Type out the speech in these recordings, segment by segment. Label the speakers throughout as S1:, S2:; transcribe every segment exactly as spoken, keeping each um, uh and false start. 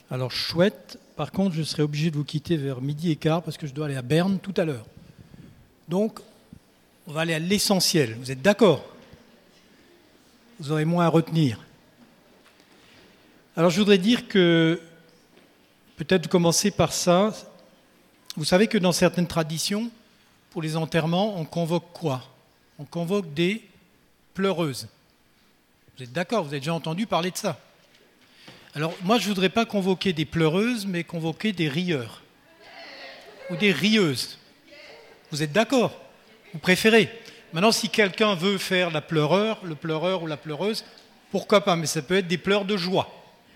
S1: Alors chouette, par contre je serai obligé de vous quitter vers midi et quart parce que je dois aller à Berne tout à l'heure. Donc on va aller à l'essentiel, vous êtes d'accord? Vous aurez moins à retenir. Alors je voudrais dire que, peut-être commencer par ça, vous savez que dans certaines traditions, pour les enterrements, on convoque quoi? On convoque des pleureuses. Vous êtes d'accord? Vous avez déjà entendu parler de ça? Alors, moi, je ne voudrais pas convoquer des pleureuses, mais convoquer des rieurs. Ou des rieuses. Vous êtes d'accord? Vous préférez? Maintenant, si quelqu'un veut faire la pleureur, le pleureur ou la pleureuse, pourquoi pas? Mais ça peut être des pleurs de joie.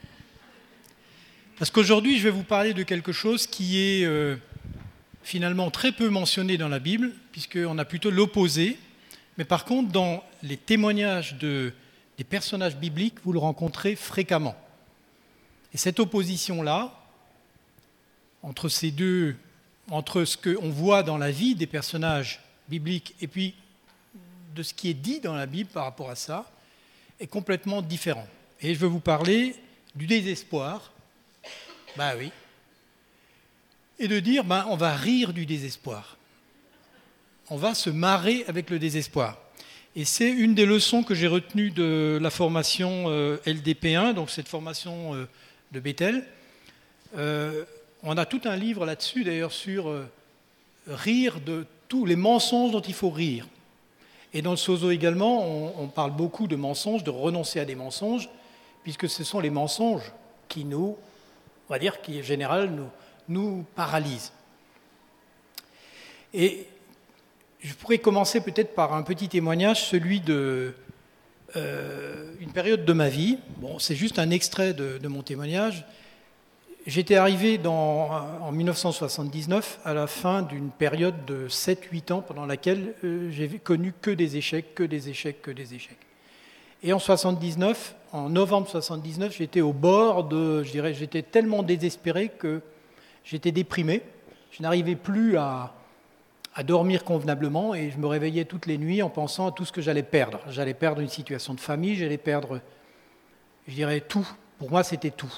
S1: Parce qu'aujourd'hui, je vais vous parler de quelque chose qui est euh, finalement très peu mentionné dans la Bible, puisqu'on a plutôt l'opposé. Mais par contre, dans les témoignages de, des personnages bibliques, vous le rencontrez fréquemment. Et cette opposition-là, entre ces deux, entre ce qu'on voit dans la vie des personnages bibliques et puis de ce qui est dit dans la Bible par rapport à ça, est complètement différent. Et je vais vous parler du désespoir, ben oui, et de dire, ben on va rire du désespoir. On va se marrer avec le désespoir. Et c'est une des leçons que j'ai retenues de la formation euh, L D P un, donc cette formation euh, de Bethel. Euh, on a tout un livre là-dessus, d'ailleurs, sur euh, rire de tous les mensonges dont il faut rire. Et dans le Sozo également, on, on parle beaucoup de mensonges, de renoncer à des mensonges, puisque ce sont les mensonges qui nous, on va dire, qui en général nous, nous paralysent. Et je pourrais commencer peut-être par un petit témoignage, celui de euh, une période de ma vie. Bon, c'est juste un extrait de, de mon témoignage. J'étais arrivé dans, en dix-neuf cent soixante-dix-neuf à la fin d'une période de sept huit ans pendant laquelle euh, j'ai connu que des échecs, que des échecs, que des échecs. Et en soixante-dix-neuf, en novembre soixante-dix-neuf, j'étais au bord de, je dirais, j'étais tellement désespéré que j'étais déprimé. Je n'arrivais plus à, à dormir convenablement et je me réveillais toutes les nuits en pensant à tout ce que j'allais perdre. J'allais perdre une situation de famille, j'allais perdre, je dirais, tout. Pour moi, c'était tout.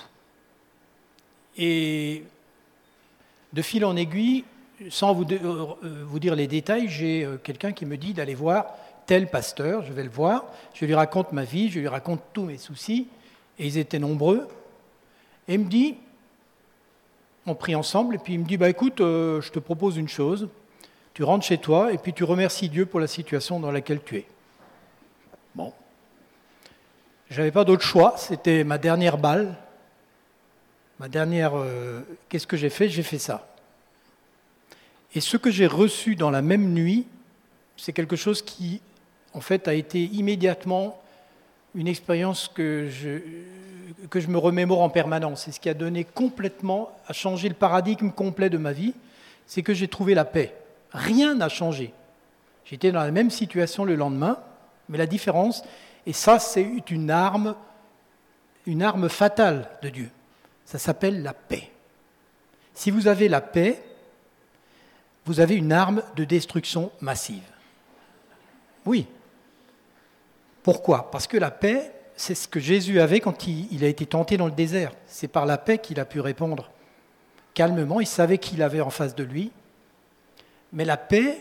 S1: Et de fil en aiguille, sans vous, de, euh, vous dire les détails, j'ai euh, quelqu'un qui me dit d'aller voir tel pasteur, je vais le voir, je lui raconte ma vie, je lui raconte tous mes soucis, et ils étaient nombreux. Et il me dit, on prie ensemble, et puis il me dit, bah écoute, euh, je te propose une chose, tu rentres chez toi, et puis tu remercies Dieu pour la situation dans laquelle tu es. Bon. Je n'avais pas d'autre choix, c'était ma dernière balle. Ma dernière, euh, qu'est-ce que j'ai fait? J'ai fait ça. Et ce que j'ai reçu dans la même nuit, c'est quelque chose qui, en fait, a été immédiatement une expérience que je, que je me remémore en permanence. C'est ce qui a donné complètement, a changé le paradigme complet de ma vie, c'est que j'ai trouvé la paix. Rien n'a changé. J'étais dans la même situation le lendemain, mais la différence, et ça, c'est une arme, une arme fatale de Dieu. Ça s'appelle la paix. Si vous avez la paix, vous avez une arme de destruction massive. Oui. Pourquoi? Parce que la paix, c'est ce que Jésus avait quand il, il a été tenté dans le désert. C'est par la paix qu'il a pu répondre calmement. Il savait qui il avait en face de lui. Mais la paix,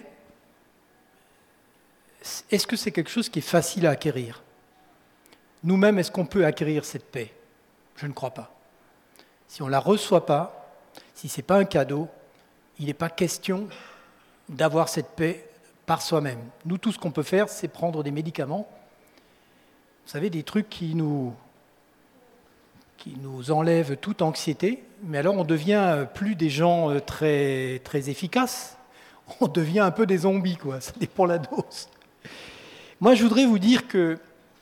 S1: est-ce que c'est quelque chose qui est facile à acquérir? Nous-mêmes, est-ce qu'on peut acquérir cette paix? Je ne crois pas. Si on ne la reçoit pas, si ce n'est pas un cadeau, il n'est pas question d'avoir cette paix par soi-même. Nous, tout ce qu'on peut faire, c'est prendre des médicaments. Vous savez, des trucs qui nous, qui nous enlèvent toute anxiété, mais alors on devient plus des gens très, très efficaces, on devient un peu des zombies, quoi. Ça dépend de la dose. Moi, je voudrais vous dire que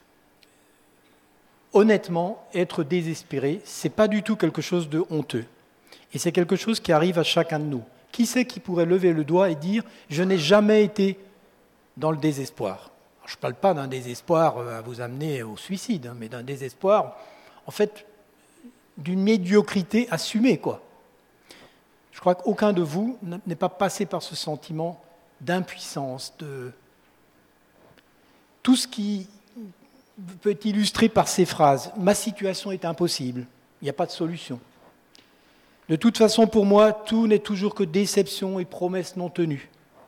S1: honnêtement, être désespéré, ce n'est pas du tout quelque chose de honteux. Et c'est quelque chose qui arrive à chacun de nous. Qui c'est qui pourrait lever le doigt et dire « je n'ai jamais été dans le désespoir ». Je ne parle pas d'un désespoir à vous amener au suicide, hein, mais d'un désespoir, en fait, d'une médiocrité assumée, quoi. Je crois qu'aucun de vous n'est pas passé par ce sentiment d'impuissance, de tout ce qui peut être illustré par ces phrases. Ma situation est impossible, il n'y a pas de solution. De toute façon, pour moi, tout n'est toujours que déception et promesses non tenues.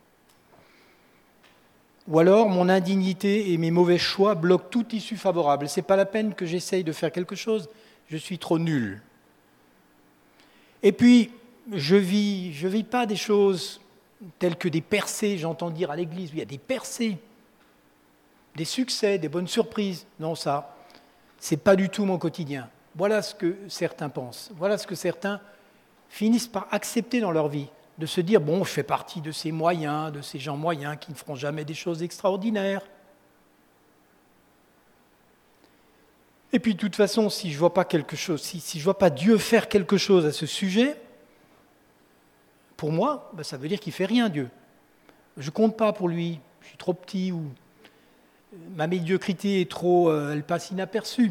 S1: Ou alors, mon indignité et mes mauvais choix bloquent toute issue favorable. Ce n'est pas la peine que j'essaye de faire quelque chose, je suis trop nul. Et puis, je vis, je vis pas des choses telles que des percées, j'entends dire à l'église, il y a des percées, des succès, des bonnes surprises. Non, ça, c'est pas du tout mon quotidien. Voilà ce que certains pensent, voilà ce que certains finissent par accepter dans leur vie, de se dire, bon, je fais partie de ces moyens, de ces gens moyens qui ne feront jamais des choses extraordinaires. Et puis, de toute façon, si je ne vois pas quelque chose, si, si je ne vois pas Dieu faire quelque chose à ce sujet, pour moi, ben, ça veut dire qu'il ne fait rien, Dieu. Je ne compte pas pour lui, je suis trop petit, ou ma médiocrité est trop, euh, elle passe inaperçue.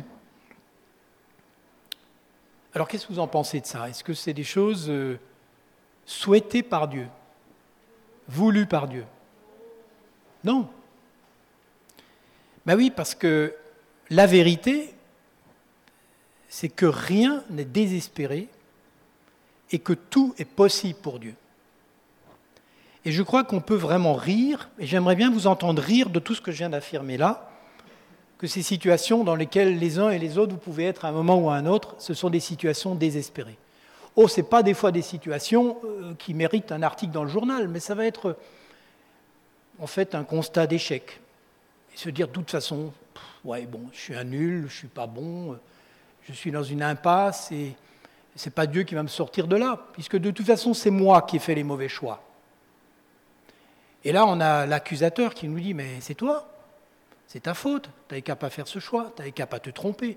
S1: Alors, qu'est-ce que vous en pensez de ça? Est-ce que c'est des choses euh, souhaitées par Dieu, voulues par Dieu? Non. Ben oui, parce que la vérité, c'est que rien n'est désespéré et que tout est possible pour Dieu. Et je crois qu'on peut vraiment rire, et j'aimerais bien vous entendre rire de tout ce que je viens d'affirmer là, que ces situations dans lesquelles les uns et les autres, vous pouvez être à un moment ou à un autre, ce sont des situations désespérées. Oh, ce n'est pas des fois des situations euh, qui méritent un article dans le journal, mais ça va être en fait un constat d'échec. Et se dire de toute façon, pff, ouais, bon, je suis un nul, je ne suis pas bon, je suis dans une impasse et ce n'est pas Dieu qui va me sortir de là, puisque de toute façon, c'est moi qui ai fait les mauvais choix. Et là, on a l'accusateur qui nous dit, mais c'est toi, c'est ta faute, tu n'avais qu'à pas faire ce choix, tu n'avais qu'à pas te tromper.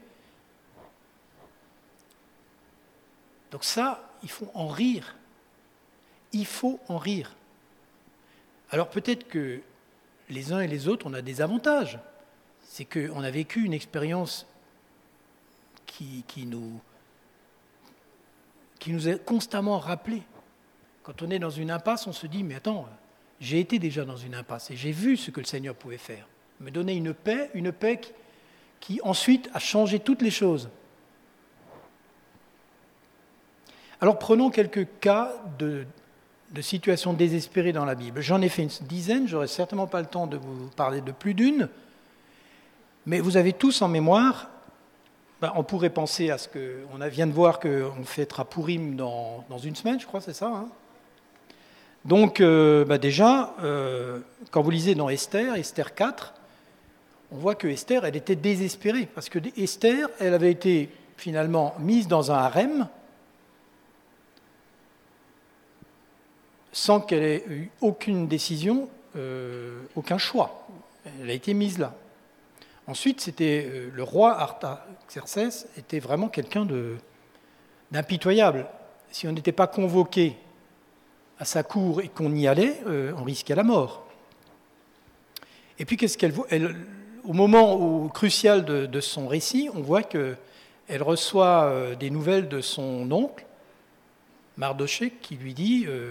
S1: Donc ça, il faut en rire. Il faut en rire. Alors peut-être que les uns et les autres, on a des avantages. C'est qu'on a vécu une expérience qui, qui, nous, qui nous est constamment rappelée. Quand on est dans une impasse, on se dit, mais attends, j'ai été déjà dans une impasse et j'ai vu ce que le Seigneur pouvait faire. Me donner une paix, une paix qui, qui ensuite a changé toutes les choses. Alors prenons quelques cas de, de situations désespérées dans la Bible. J'en ai fait une dizaine, j'aurai certainement pas le temps de vous parler de plus d'une, mais vous avez tous en mémoire, ben, on pourrait penser à ce qu'on vient de voir qu'on fêtera Pourim dans, dans une semaine, je crois, c'est ça, hein. Donc euh, ben déjà, euh, quand vous lisez dans Esther, Esther quatre, on voit que Esther, elle était désespérée, parce que Esther, elle avait été finalement mise dans un harem, sans qu'elle ait eu aucune décision, euh, aucun choix. Elle a été mise là. Ensuite, c'était euh, le roi Artaxerxès était vraiment quelqu'un de, d'impitoyable. Si on n'était pas convoqué à sa cour et qu'on y allait, euh, on risquait la mort. Et puis, qu'est-ce qu'elle voit elle, au moment où, crucial de, de son récit, on voit qu'elle reçoit euh, des nouvelles de son oncle, Mardochée, qui lui dit... Euh,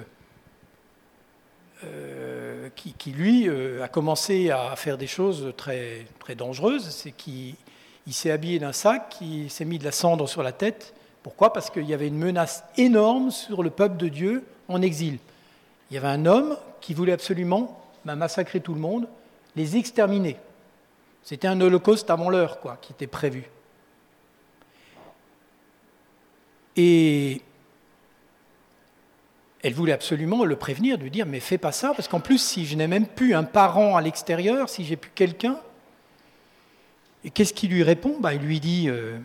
S1: Euh, qui, qui, lui, euh, a commencé à faire des choses très, très dangereuses. C'est qu'il il s'est habillé d'un sac, il s'est mis de la cendre sur la tête. Pourquoi ? Parce qu'il y avait une menace énorme sur le peuple de Dieu en exil. Il y avait un homme qui voulait absolument bah, massacrer tout le monde, les exterminer. C'était un holocauste avant l'heure, quoi, qui était prévu. Et... elle voulait absolument le prévenir, de lui dire « mais fais pas ça, parce qu'en plus, si je n'ai même plus un parent à l'extérieur, si j'ai plus quelqu'un... » Et qu'est-ce qu'il lui répond ? Bah, il lui dit euh,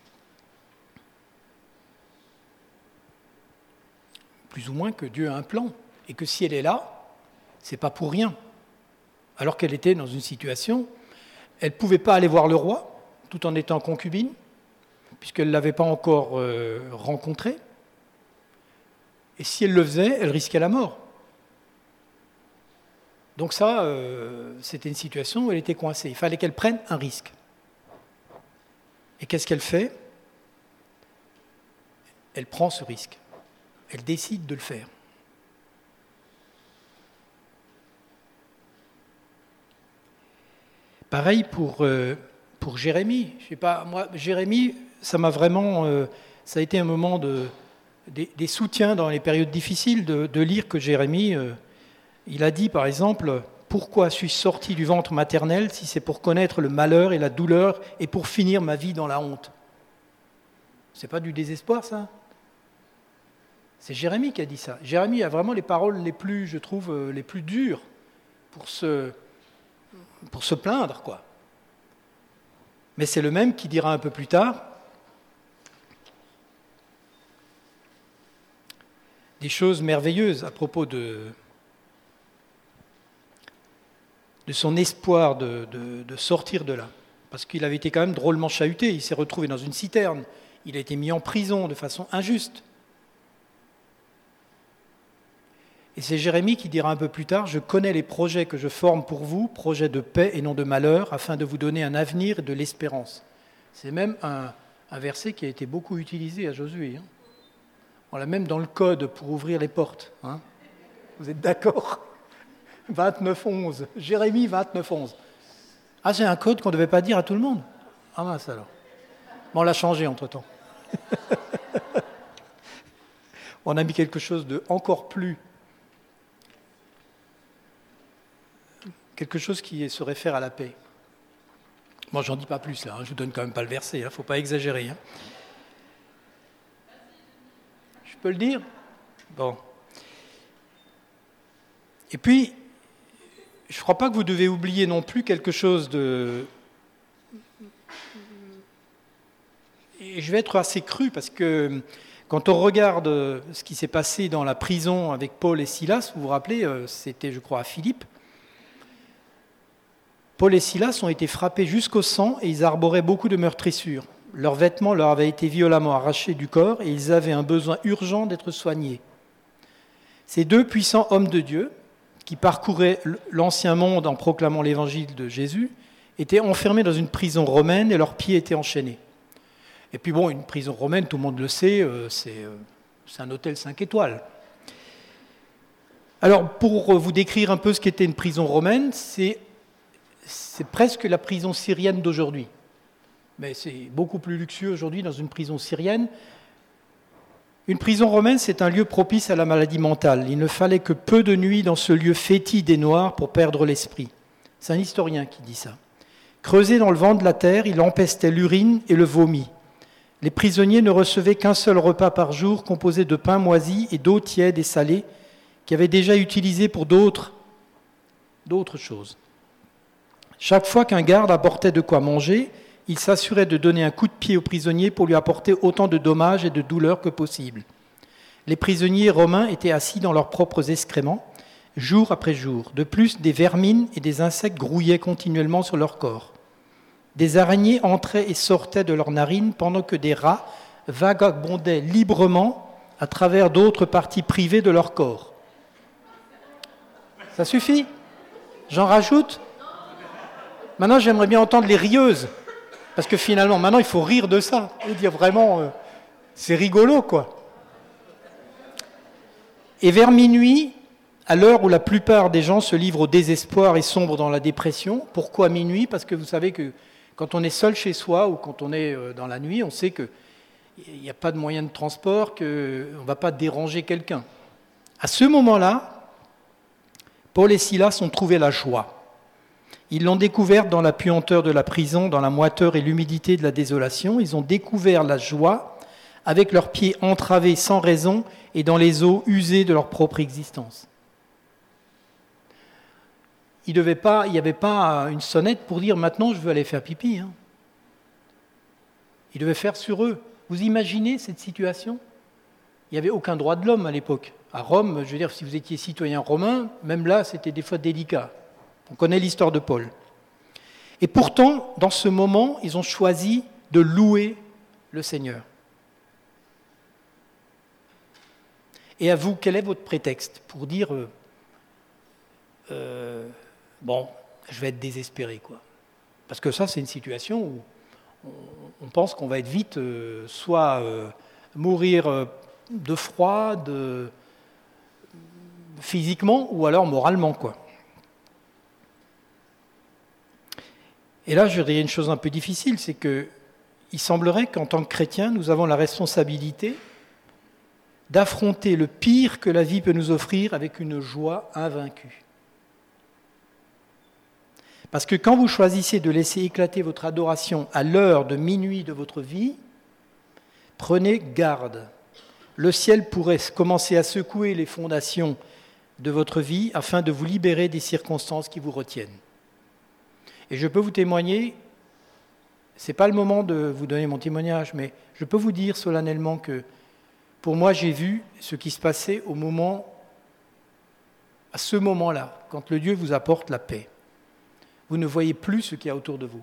S1: plus ou moins que Dieu a un plan, et que si elle est là, c'est pas pour rien. Alors qu'elle était dans une situation, elle ne pouvait pas aller voir le roi, tout en étant concubine, puisqu'elle ne l'avait pas encore euh, rencontré. Et si elle le faisait, elle risquait la mort. Donc ça, euh, c'était une situation où elle était coincée. Il fallait qu'elle prenne un risque. Et qu'est-ce qu'elle fait ? Elle prend ce risque. Elle décide de le faire. Pareil pour, euh, pour Jérémie. Je sais pas, moi, Jérémie, ça m'a vraiment... Euh, ça a été un moment de... des, des soutiens dans les périodes difficiles de, de lire que Jérémie, euh, il a dit par exemple « Pourquoi suis-je sorti du ventre maternel si c'est pour connaître le malheur et la douleur et pour finir ma vie dans la honte ?» C'est pas du désespoir, ça? C'est Jérémie qui a dit ça. Jérémie a vraiment les paroles les plus, je trouve, les plus dures pour se, pour se plaindre, quoi. Mais c'est le même qui dira un peu plus tard des choses merveilleuses à propos de, de son espoir de, de, de sortir de là. Parce qu'il avait été quand même drôlement chahuté, il s'est retrouvé dans une citerne, il a été mis en prison de façon injuste. Et c'est Jérémie qui dira un peu plus tard « Je connais les projets que je forme pour vous, projets de paix et non de malheur, afin de vous donner un avenir et de l'espérance. » C'est même un, un verset qui a été beaucoup utilisé à Josué. Hein. On l'a même dans le code pour ouvrir les portes. Hein. Vous êtes d'accord? vingt-neuf onze, Jérémie vingt-neuf onze. Ah, c'est un code qu'on ne devait pas dire à tout le monde? Ah mince alors. Bon, on l'a changé entre-temps. On a mis quelque chose de encore plus... quelque chose qui se réfère à la paix. Moi, bon, j'en dis pas plus là, hein. Je vous donne quand même pas le verset, il hein. ne faut pas exagérer. Hein. Je peux le dire? Bon. Et puis, je ne crois pas que vous devez oublier non plus quelque chose de... Et je vais être assez cru parce que quand on regarde ce qui s'est passé dans la prison avec Paul et Silas, vous vous rappelez, c'était je crois à Philippe, Paul et Silas ont été frappés jusqu'au sang et ils arboraient beaucoup de meurtrissures. Leurs vêtements leur avaient été violemment arrachés du corps et ils avaient un besoin urgent d'être soignés. Ces deux puissants hommes de Dieu, qui parcouraient l'ancien monde en proclamant l'évangile de Jésus, étaient enfermés dans une prison romaine et leurs pieds étaient enchaînés. Et puis bon, une prison romaine, tout le monde le sait, c'est, c'est un hôtel cinq étoiles. Alors, pour vous décrire un peu ce qu'était une prison romaine, c'est C'est presque la prison syrienne d'aujourd'hui. Mais c'est beaucoup plus luxueux aujourd'hui dans une prison syrienne. Une prison romaine, c'est un lieu propice à la maladie mentale. Il ne fallait que peu de nuits dans ce lieu fétide et noir pour perdre l'esprit. C'est un historien qui dit ça. Creusé dans le vent de la terre, il empestait l'urine et le vomi. Les prisonniers ne recevaient qu'un seul repas par jour composé de pain moisi et d'eau tiède et salée qui avaient déjà utilisé pour d'autres, d'autres choses. Chaque fois qu'un garde apportait de quoi manger, il s'assurait de donner un coup de pied au prisonnier pour lui apporter autant de dommages et de douleurs que possible. Les prisonniers romains étaient assis dans leurs propres excréments, jour après jour. De plus, des vermines et des insectes grouillaient continuellement sur leur corps. Des araignées entraient et sortaient de leurs narines pendant que des rats vagabondaient librement à travers d'autres parties privées de leur corps. Ça suffit? J'en rajoute? Maintenant, j'aimerais bien entendre les rieuses, parce que finalement, maintenant, il faut rire de ça, et dire vraiment, euh, c'est rigolo, quoi. Et vers minuit, à l'heure où la plupart des gens se livrent au désespoir et sombrent dans la dépression, pourquoi minuit? Parce que vous savez que quand on est seul chez soi, ou quand on est dans la nuit, on sait qu'il n'y a pas de moyen de transport, qu'on ne va pas déranger quelqu'un. À ce moment-là, Paul et Silas ont trouvé la joie. Ils l'ont découverte dans la puanteur de la prison, dans la moiteur et l'humidité de la désolation. Ils ont découvert la joie avec leurs pieds entravés sans raison et dans les eaux usées de leur propre existence. Il n'y avait pas une sonnette pour dire « maintenant je veux aller faire pipi hein. ». Ils devaient faire sur eux. Vous imaginez cette situation? Il n'y avait aucun droit de l'homme à l'époque. À Rome, je veux dire, si vous étiez citoyen romain, même là, c'était des fois délicat. On connaît l'histoire de Paul. Et pourtant, dans ce moment, ils ont choisi de louer le Seigneur. Et à vous, quel est votre prétexte pour dire euh, euh, bon, je vais être désespéré, quoi. Parce que ça, c'est une situation où on, on pense qu'on va être vite euh, soit euh, mourir euh, de froid, de, physiquement, ou alors moralement, quoi. Et là, je dirais une chose un peu difficile, c'est qu'il semblerait qu'en tant que chrétiens, nous avons la responsabilité d'affronter le pire que la vie peut nous offrir avec une joie invaincue. Parce que quand vous choisissez de laisser éclater votre adoration à l'heure de minuit de votre vie, prenez garde. Le ciel pourrait commencer à secouer les fondations de votre vie afin de vous libérer des circonstances qui vous retiennent. Et je peux vous témoigner, ce n'est pas le moment de vous donner mon témoignage, mais je peux vous dire solennellement que pour moi, j'ai vu ce qui se passait au moment, à ce moment-là, quand le Dieu vous apporte la paix. Vous ne voyez plus ce qu'il y a autour de vous.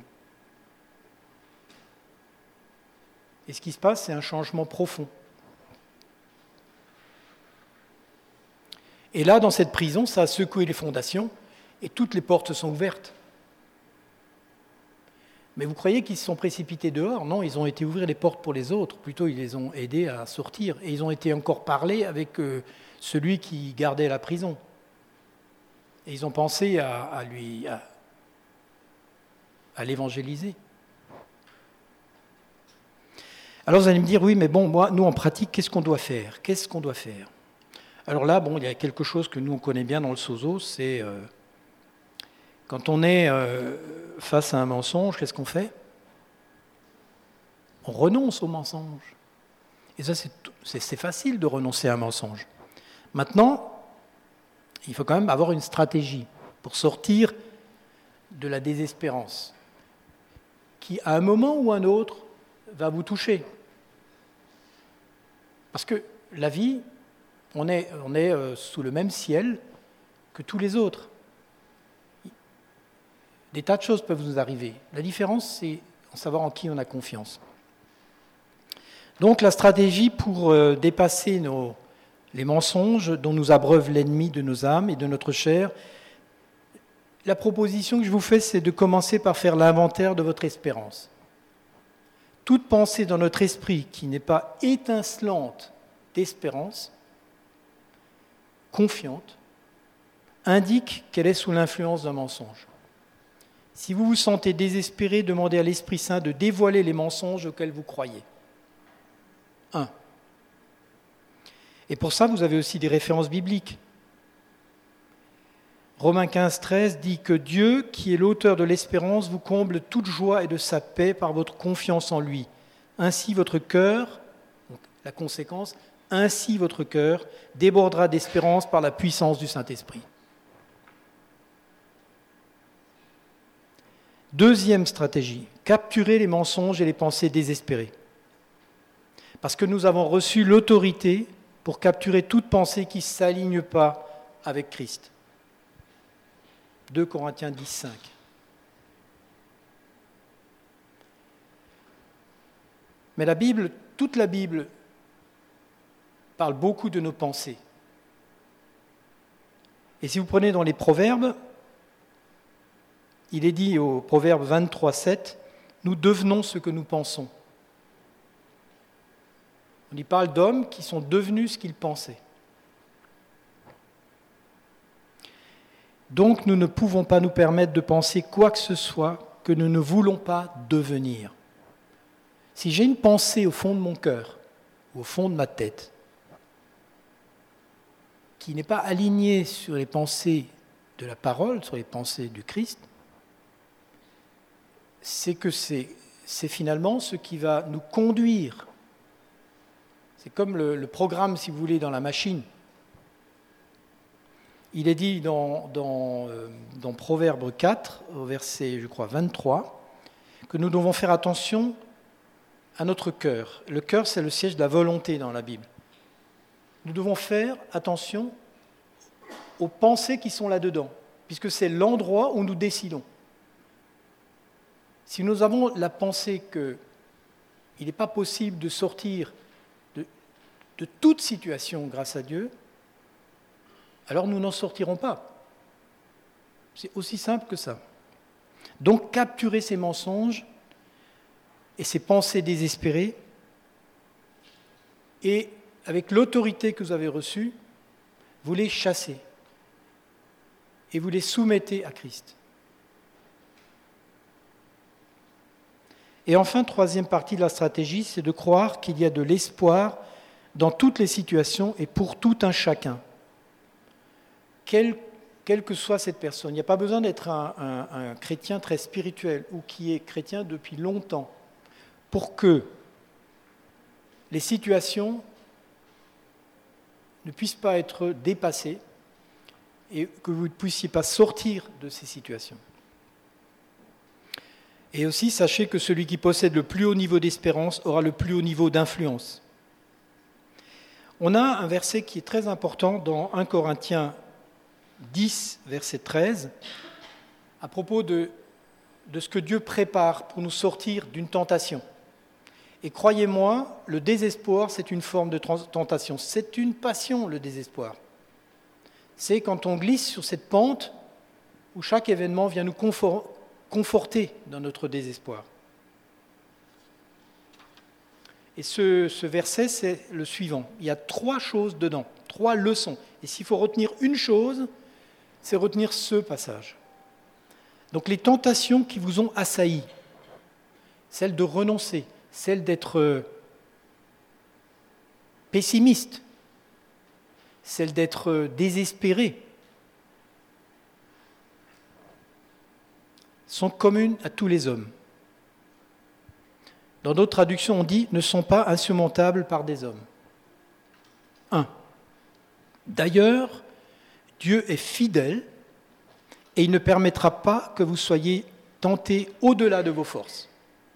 S1: Et ce qui se passe, c'est un changement profond. Et là, dans cette prison, ça a secoué les fondations et toutes les portes sont ouvertes. Mais vous croyez qu'ils se sont précipités dehors? Non, ils ont été ouvrir les portes pour les autres. Plutôt, ils les ont aidés à sortir. Et ils ont été encore parlé avec euh, celui qui gardait la prison. Et ils ont pensé à, à lui, à, à l'évangéliser. Alors vous allez me dire, oui, mais bon, moi, nous en pratique, qu'est-ce qu'on doit faire? Qu'est-ce qu'on doit faire? Alors là, bon, il y a quelque chose que nous on connaît bien dans le sozo, c'est euh, quand on est euh, face à un mensonge, qu'est-ce qu'on fait? On renonce au mensonge. Et ça, c'est, c'est, c'est facile de renoncer à un mensonge. Maintenant, il faut quand même avoir une stratégie pour sortir de la désespérance, qui, à un moment ou un autre, va vous toucher. Parce que la vie, on est, on est euh, sous le même ciel que tous les autres. Des tas de choses peuvent nous arriver. La différence, c'est en savoir en qui on a confiance. Donc la stratégie pour euh, dépasser nos, les mensonges dont nous abreuve l'ennemi de nos âmes et de notre chair, la proposition que je vous fais, c'est de commencer par faire l'inventaire de votre espérance. Toute pensée dans notre esprit qui n'est pas étincelante d'espérance, confiante, indique qu'elle est sous l'influence d'un mensonge. Si vous vous sentez désespéré, demandez à l'Esprit Saint de dévoiler les mensonges auxquels vous croyez. Un. Et pour ça, vous avez aussi des références bibliques. Romains quinze, treize dit que Dieu, qui est l'auteur de l'espérance, vous comble de toute joie et de sa paix par votre confiance en lui. Ainsi votre cœur, donc la conséquence, ainsi votre cœur débordera d'espérance par la puissance du Saint-Esprit. Deuxième stratégie, capturer les mensonges et les pensées désespérées. Parce que nous avons reçu l'autorité pour capturer toute pensée qui ne s'aligne pas avec Christ. deux Corinthiens dix, cinq. Mais la Bible, toute la Bible, parle beaucoup de nos pensées. Et si vous prenez dans les Proverbes, il est dit au Proverbe vingt-trois, sept, « Nous devenons ce que nous pensons ». On y parle d'hommes qui sont devenus ce qu'ils pensaient. Donc nous ne pouvons pas nous permettre de penser quoi que ce soit que nous ne voulons pas devenir. Si j'ai une pensée au fond de mon cœur, ou au fond de ma tête, qui n'est pas alignée sur les pensées de la parole, sur les pensées du Christ, c'est que c'est, c'est finalement ce qui va nous conduire. C'est comme le, le programme, si vous voulez, dans la machine. Il est dit dans, dans, euh, dans Proverbe quatre, au verset, je crois, vingt-trois, que nous devons faire attention à notre cœur. Le cœur, c'est le siège de la volonté dans la Bible. Nous devons faire attention aux pensées qui sont là-dedans, puisque c'est l'endroit où nous décidons. Si nous avons la pensée qu'il n'est pas possible de sortir de, de toute situation grâce à Dieu, alors nous n'en sortirons pas. C'est aussi simple que ça. Donc capturez ces mensonges et ces pensées désespérées, et avec l'autorité que vous avez reçue, vous les chassez et vous les soumettez à Christ. Et enfin, troisième partie de la stratégie, c'est de croire qu'il y a de l'espoir dans toutes les situations et pour tout un chacun. Quel, quelle que soit cette personne, il n'y a pas besoin d'être un, un, un chrétien très spirituel ou qui est chrétien depuis longtemps pour que les situations ne puissent pas être dépassées et que vous ne puissiez pas sortir de ces situations. Et aussi, sachez que celui qui possède le plus haut niveau d'espérance aura le plus haut niveau d'influence. On a un verset qui est très important dans premier Corinthiens dix, verset treize, à propos de, de ce que Dieu prépare pour nous sortir d'une tentation. Et croyez-moi, le désespoir, c'est une forme de tentation. C'est une passion, le désespoir. C'est quand on glisse sur cette pente où chaque événement vient nous conforter dans notre désespoir. Et ce, ce verset, c'est le suivant. Il y a trois choses dedans, trois leçons. Et s'il faut retenir une chose, c'est retenir ce passage. Donc les tentations qui vous ont assailli, celle de renoncer, celle d'être pessimiste, celle d'être désespéré, sont communes à tous les hommes. Dans d'autres traductions, on dit « ne sont pas insurmontables par des hommes ». Un. D'ailleurs, Dieu est fidèle et il ne permettra pas que vous soyez tentés au-delà de vos forces.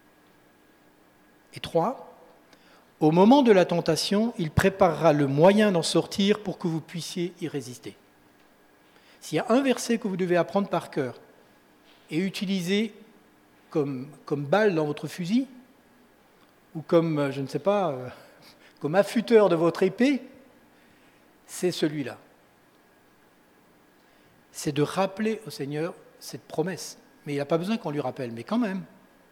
S1: Et trois, au moment de la tentation, il préparera le moyen d'en sortir pour que vous puissiez y résister. S'il y a un verset que vous devez apprendre par cœur et utiliser comme, comme balle dans votre fusil, ou comme, je ne sais pas, euh, comme affûteur de votre épée, c'est celui-là. C'est de rappeler au Seigneur cette promesse. Mais il n'a pas besoin qu'on lui rappelle, mais quand même.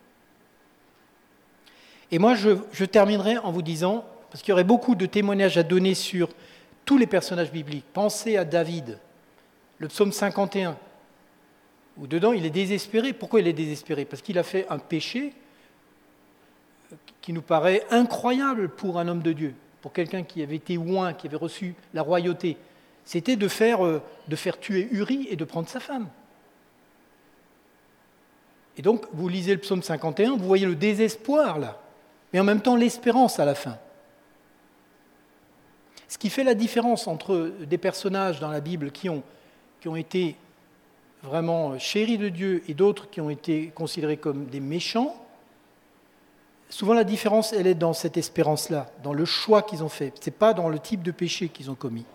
S1: Et moi, je, je terminerai en vous disant, parce qu'il y aurait beaucoup de témoignages à donner sur tous les personnages bibliques. Pensez à David, le psaume cinquante et un, où dedans il est désespéré. Pourquoi il est désespéré ? Parce qu'il a fait un péché qui nous paraît incroyable pour un homme de Dieu, pour quelqu'un qui avait été oint, qui avait reçu la royauté. C'était de faire, de faire tuer Uri et de prendre sa femme. Et donc, vous lisez le psaume cinquante et un, vous voyez le désespoir là, mais en même temps l'espérance à la fin. Ce qui fait la différence entre des personnages dans la Bible qui ont, qui ont été vraiment chéris de Dieu et d'autres qui ont été considérés comme des méchants, souvent la différence, elle est dans cette espérance-là, dans le choix qu'ils ont fait. Ce n'est pas dans le type de péché qu'ils ont commis.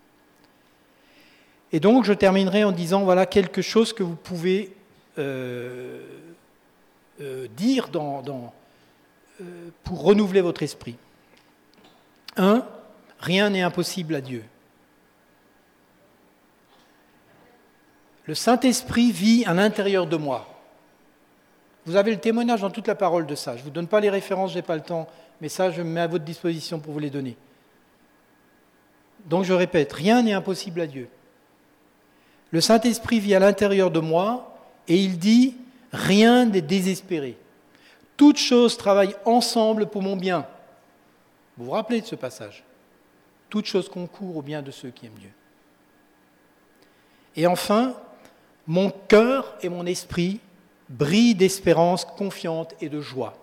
S1: Et donc, je terminerai en disant, voilà quelque chose que vous pouvez euh, euh, dire dans, dans, euh, pour renouveler votre esprit. Un, rien n'est impossible à Dieu. Le Saint-Esprit vit à l'intérieur de moi. Vous avez le témoignage dans toute la parole de ça. Je ne vous donne pas les références, je n'ai pas le temps, mais ça, je me mets à votre disposition pour vous les donner. Donc, je répète, rien n'est impossible à Dieu. Le Saint-Esprit vit à l'intérieur de moi et il dit « rien n'est désespéré. Toutes choses travaillent ensemble pour mon bien. » Vous vous rappelez de ce passage ? Toutes choses concourent au bien de ceux qui aiment Dieu. Et enfin, mon cœur et mon esprit brillent d'espérance confiante et de joie.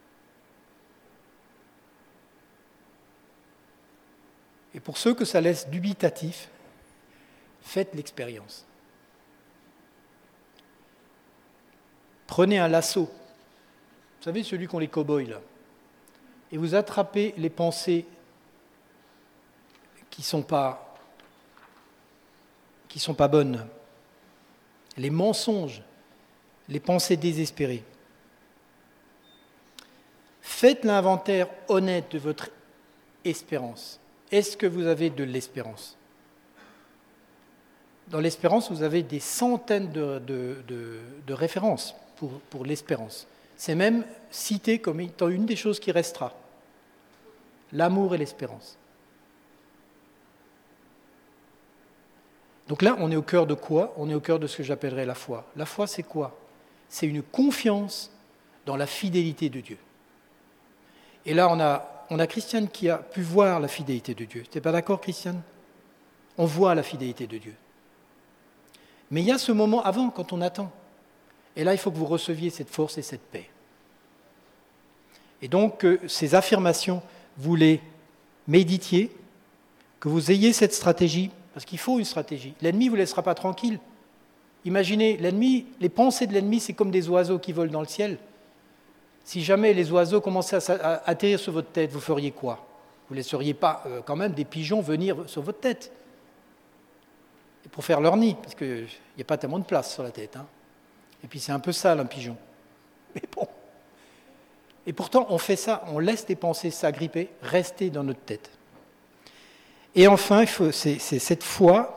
S1: Et pour ceux que ça laisse dubitatifs, faites l'expérience. Prenez un lasso, vous savez, celui qu'ont les cow-boys là, et vous attrapez les pensées qui ne sont pas, qui sont pas bonnes, les mensonges, les pensées désespérées. Faites l'inventaire honnête de votre espérance. Est-ce que vous avez de l'espérance ? Dans l'espérance, vous avez des centaines de, de, de, de références pour, pour l'espérance. C'est même cité comme étant une des choses qui restera. L'amour et l'espérance. Donc là, on est au cœur de quoi ? On est au cœur de ce que j'appellerais la foi. La foi, c'est quoi ? C'est une confiance dans la fidélité de Dieu. Et là, on a on a Christiane qui a pu voir la fidélité de Dieu. Tu n'es pas d'accord, Christiane? On voit la fidélité de Dieu. Mais il y a ce moment avant, quand on attend. Et là, il faut que vous receviez cette force et cette paix. Et donc, que ces affirmations, vous les méditiez, que vous ayez cette stratégie, parce qu'il faut une stratégie. L'ennemi ne vous laissera pas tranquille. Imaginez, l'ennemi, les pensées de l'ennemi, c'est comme des oiseaux qui volent dans le ciel. Si jamais les oiseaux commençaient à, à atterrir sur votre tête, vous feriez quoi? Vous ne laisseriez pas euh, quand même des pigeons venir sur votre tête et pour faire leur nid, parce qu'il n'y a pas tellement de place sur la tête. Hein. Et puis c'est un peu sale un pigeon. Mais bon. Et pourtant, on fait ça, on laisse des pensées s'agripper, rester dans notre tête. Et enfin, il faut, c'est, c'est cette foi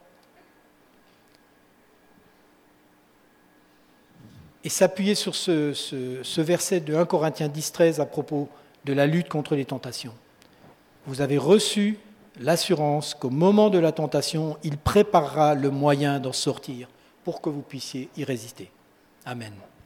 S1: et s'appuyer sur ce, ce, ce verset de un Corinthiens dix treize à propos de la lutte contre les tentations. Vous avez reçu l'assurance qu'au moment de la tentation, il préparera le moyen d'en sortir pour que vous puissiez y résister. Amen.